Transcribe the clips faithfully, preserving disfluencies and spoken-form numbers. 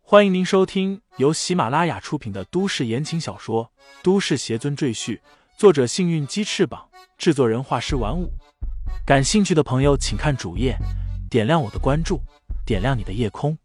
欢迎您收听由喜马拉雅出品的都市言情小说《都市邪尊赘婿》，作者幸运鸡翅膀，制作人画师玩五。感兴趣的朋友请看主页，点亮我的关注，点亮你的夜空。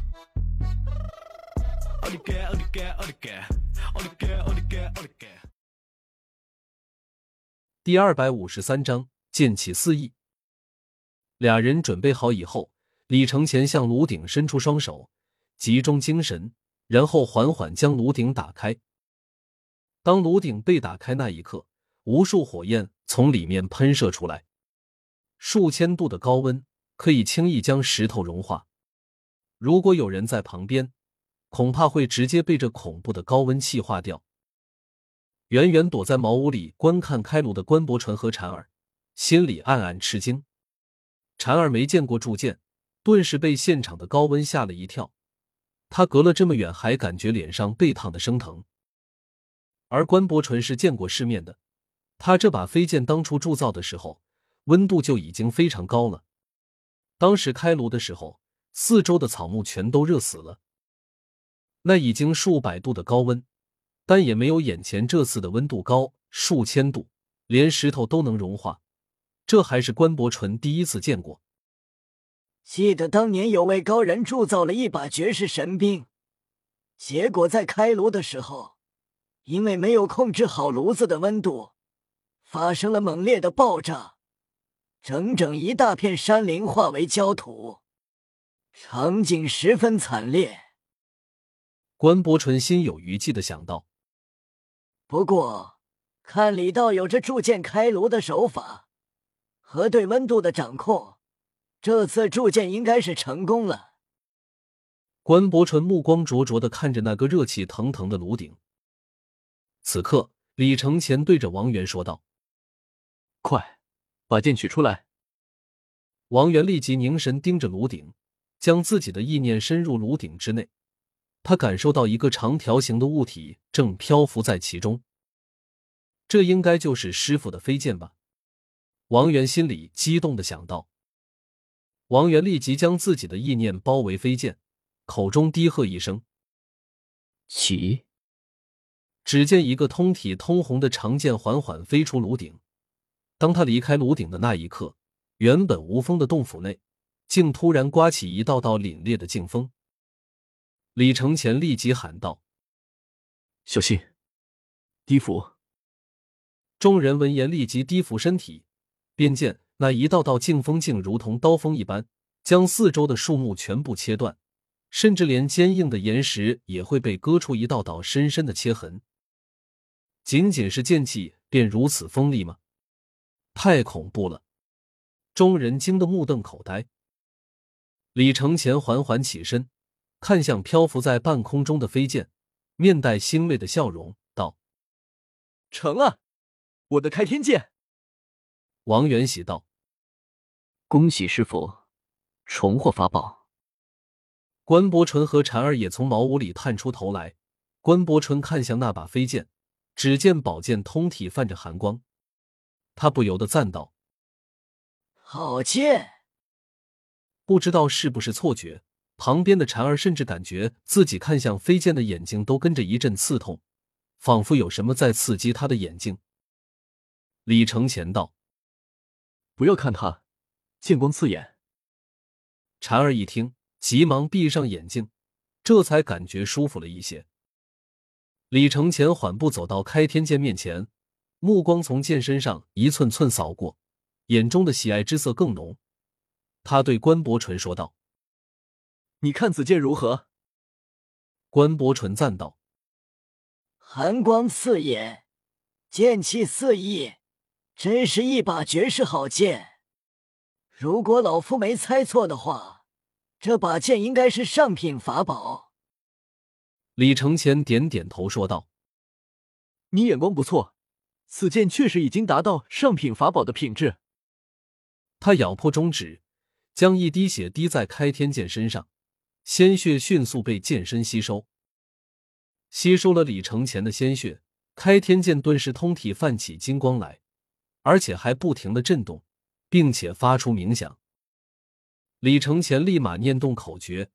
第二百五十三章剑气四溢。俩人准备好以后，李承前向炉鼎伸出双手，集中精神，然后缓缓将炉鼎打开。当炉鼎被打开那一刻，无数火焰从里面喷射出来，数千度的高温可以轻易将石头融化。如果有人在旁边，恐怕会直接被这恐怖的高温气化掉。远远躲在茅屋里观看开炉的关伯纯和婵儿心里暗暗吃惊。婵儿没见过铸剑，顿时被现场的高温吓了一跳，他隔了这么远还感觉脸上被烫得生疼。而关伯纯是见过世面的，他这把飞剑当初铸造的时候温度就已经非常高了，当时开炉的时候四周的草木全都热死了。那已经数百度的高温，但也没有眼前这次的温度高数千度，连石头都能融化，这还是关伯纯第一次见过。 记得当年有位高人铸造了一把绝世神兵，结果在开炉的时候，因为没有控制好炉子的温度，发生了猛烈的爆炸，整整一大片山林化为焦土，场景十分惨烈。 关伯纯心有余悸地想到， 不过看李道有着铸剑开炉的手法和对温度的掌控，这次铸剑应该是成功了。 关伯纯目光灼灼地看着那个热气腾腾的炉鼎。此刻李承前对着王源说道： 快把剑取出来。 王源立即凝神盯着炉鼎，将自己的意念深入炉鼎之内，他感受到一个长条形的物体正漂浮在其中，这应该就是师傅的飞剑吧。王源心里激动地想到。王源立即将自己的意念包围飞剑，口中低喝一声起。 只见一个通体通红的长剑缓缓飞出炉鼎，当他离开炉鼎的那一刻，原本无风的洞府内竟突然刮起一道道凛冽的劲风。李承前立即喊道： 小心低伏。 众人闻言立即低伏身体，便见那一道道劲风竟如同刀锋一般，将四周的树木全部切断，甚至连坚硬的岩石也会被割出一道道深深的切痕。仅仅是剑气便如此锋利吗？太恐怖了！众人惊得目瞪口呆。李承前缓缓起身，看向漂浮在半空中的飞剑，面带欣慰的笑容，道： 成了，我的开天剑。 王源喜道： 恭喜师傅重获法宝。 关伯纯和婵儿也从茅屋里探出头来。关伯纯看向那把飞剑，只见宝剑通体泛着寒光，他不由得赞道： 好剑！ 不知道是不是错觉，旁边的婵儿甚至感觉自己看向飞剑的眼睛都跟着一阵刺痛，仿佛有什么在刺激他的眼睛。李承前道： 不要看他，剑光刺眼。 婵儿一听，急忙闭上眼睛，这才感觉舒服了一些。李承前缓步走到开天剑面前，目光从剑身上一寸寸扫过，眼中的喜爱之色更浓。他对关伯纯说道： 你看此剑如何？ 关伯纯赞道： 寒光刺眼，剑气四溢，真是一把绝世好剑。如果老夫没猜错的话，这把剑应该是上品法宝。 李承前点点头说道： 你眼光不错，此剑确实已经达到上品法宝的品质。 他咬破中指，将一滴血滴在开天剑身上，鲜血迅速被剑身吸收。吸收了李承前的鲜血，开天剑顿时通体泛起金光来，而且还不停地震动，并且发出鸣响。李承前立马念动口诀，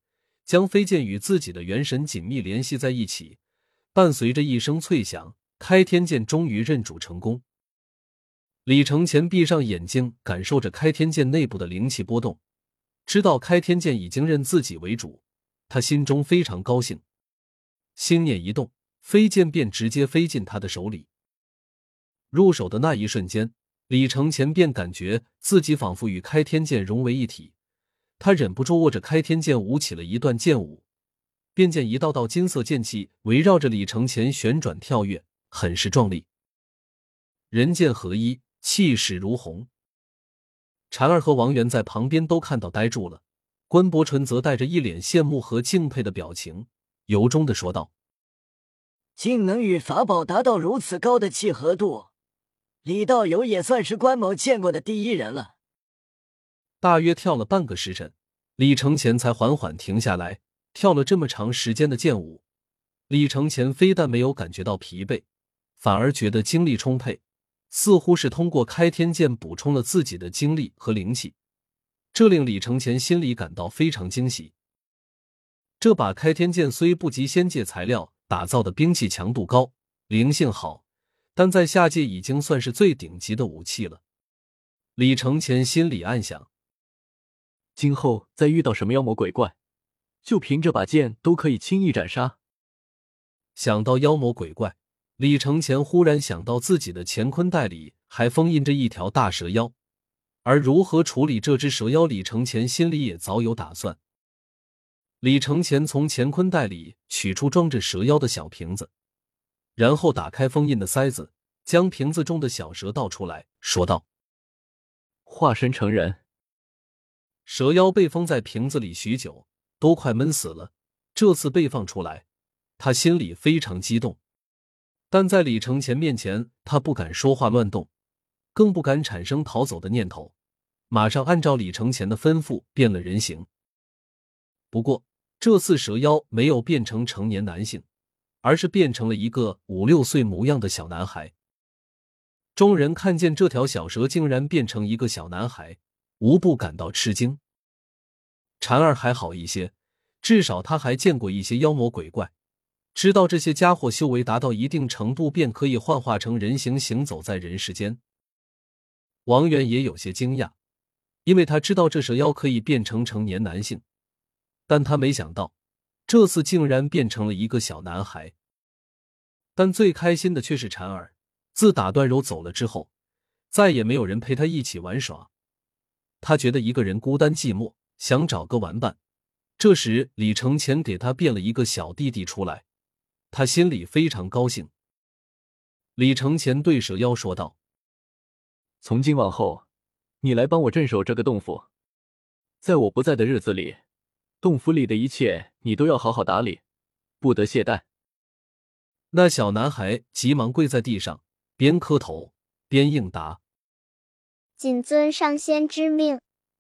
将飞剑与自己的元神紧密联系在一起，伴随着一声脆响，开天剑终于认主成功。李承前闭上眼睛，感受着开天剑内部的灵气波动，知道开天剑已经认自己为主，他心中非常高兴。心念一动，飞剑便直接飞进他的手里。入手的那一瞬间，李承前便感觉自己仿佛与开天剑融为一体，他忍不住握着开天剑舞起了一段剑舞，便见一道道金色剑气围绕着李承前旋转跳跃，很是壮丽。人剑合一，气势如虹。婵儿和王源在旁边都看到呆住了，关伯纯则带着一脸羡慕和敬佩的表情，由衷地说道： 竟能与法宝达到如此高的契合度，李道友也算是关某见过的第一人了。 大约跳了半个时辰，李承前才缓缓停下来。跳了这么长时间的剑舞，李承前非但没有感觉到疲惫，反而觉得精力充沛，似乎是通过开天剑补充了自己的精力和灵气，这令李承前心里感到非常惊喜。这把开天剑虽不及仙界材料打造的兵器强度高，灵性好，但在下界已经算是最顶级的武器了。李承前心里暗想， 今后再遇到什么妖魔鬼怪，就凭这把剑都可以轻易斩杀。 想到妖魔鬼怪，李承前忽然想到自己的乾坤袋里还封印着一条大蛇妖，而如何处理这只蛇妖，李承前心里也早有打算。李承前从乾坤袋里取出装着蛇妖的小瓶子，然后打开封印的塞子，将瓶子中的小蛇倒出来，说道： 化身成人。 蛇妖被封在瓶子里许久，都快闷死了，这次被放出来，他心里非常激动。但在李承前面前，他不敢说话乱动，更不敢产生逃走的念头，马上按照李承前的吩咐变了人形。不过这次蛇妖没有变成成年男性，而是变成了一个五六岁模样的小男孩。众人看见这条小蛇竟然变成一个小男孩，无不感到吃惊。婵儿还好一些，至少他还见过一些妖魔鬼怪，知道这些家伙修为达到一定程度便可以幻化成人形行走在人世间。王源也有些惊讶，因为他知道这蛇妖可以变成成年男性，但他没想到这次竟然变成了一个小男孩。但最开心的却是婵儿，自打段柔走了之后，再也没有人陪他一起玩耍，他觉得一个人孤单寂寞，想找个玩伴。这时李承前给他变了一个小弟弟出来，他心里非常高兴。李承前对蛇妖说道： 从今往后，你来帮我镇守这个洞府，在我不在的日子里，洞府里的一切你都要好好打理，不得懈怠。 那小男孩急忙跪在地上，边磕头边应答： 谨遵上仙之命。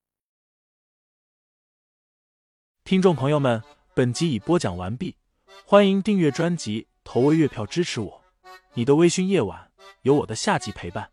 听众朋友们，本集已播讲完毕，欢迎订阅专辑，投喂月票支持我。你的微醺夜晚，有我的下集陪伴。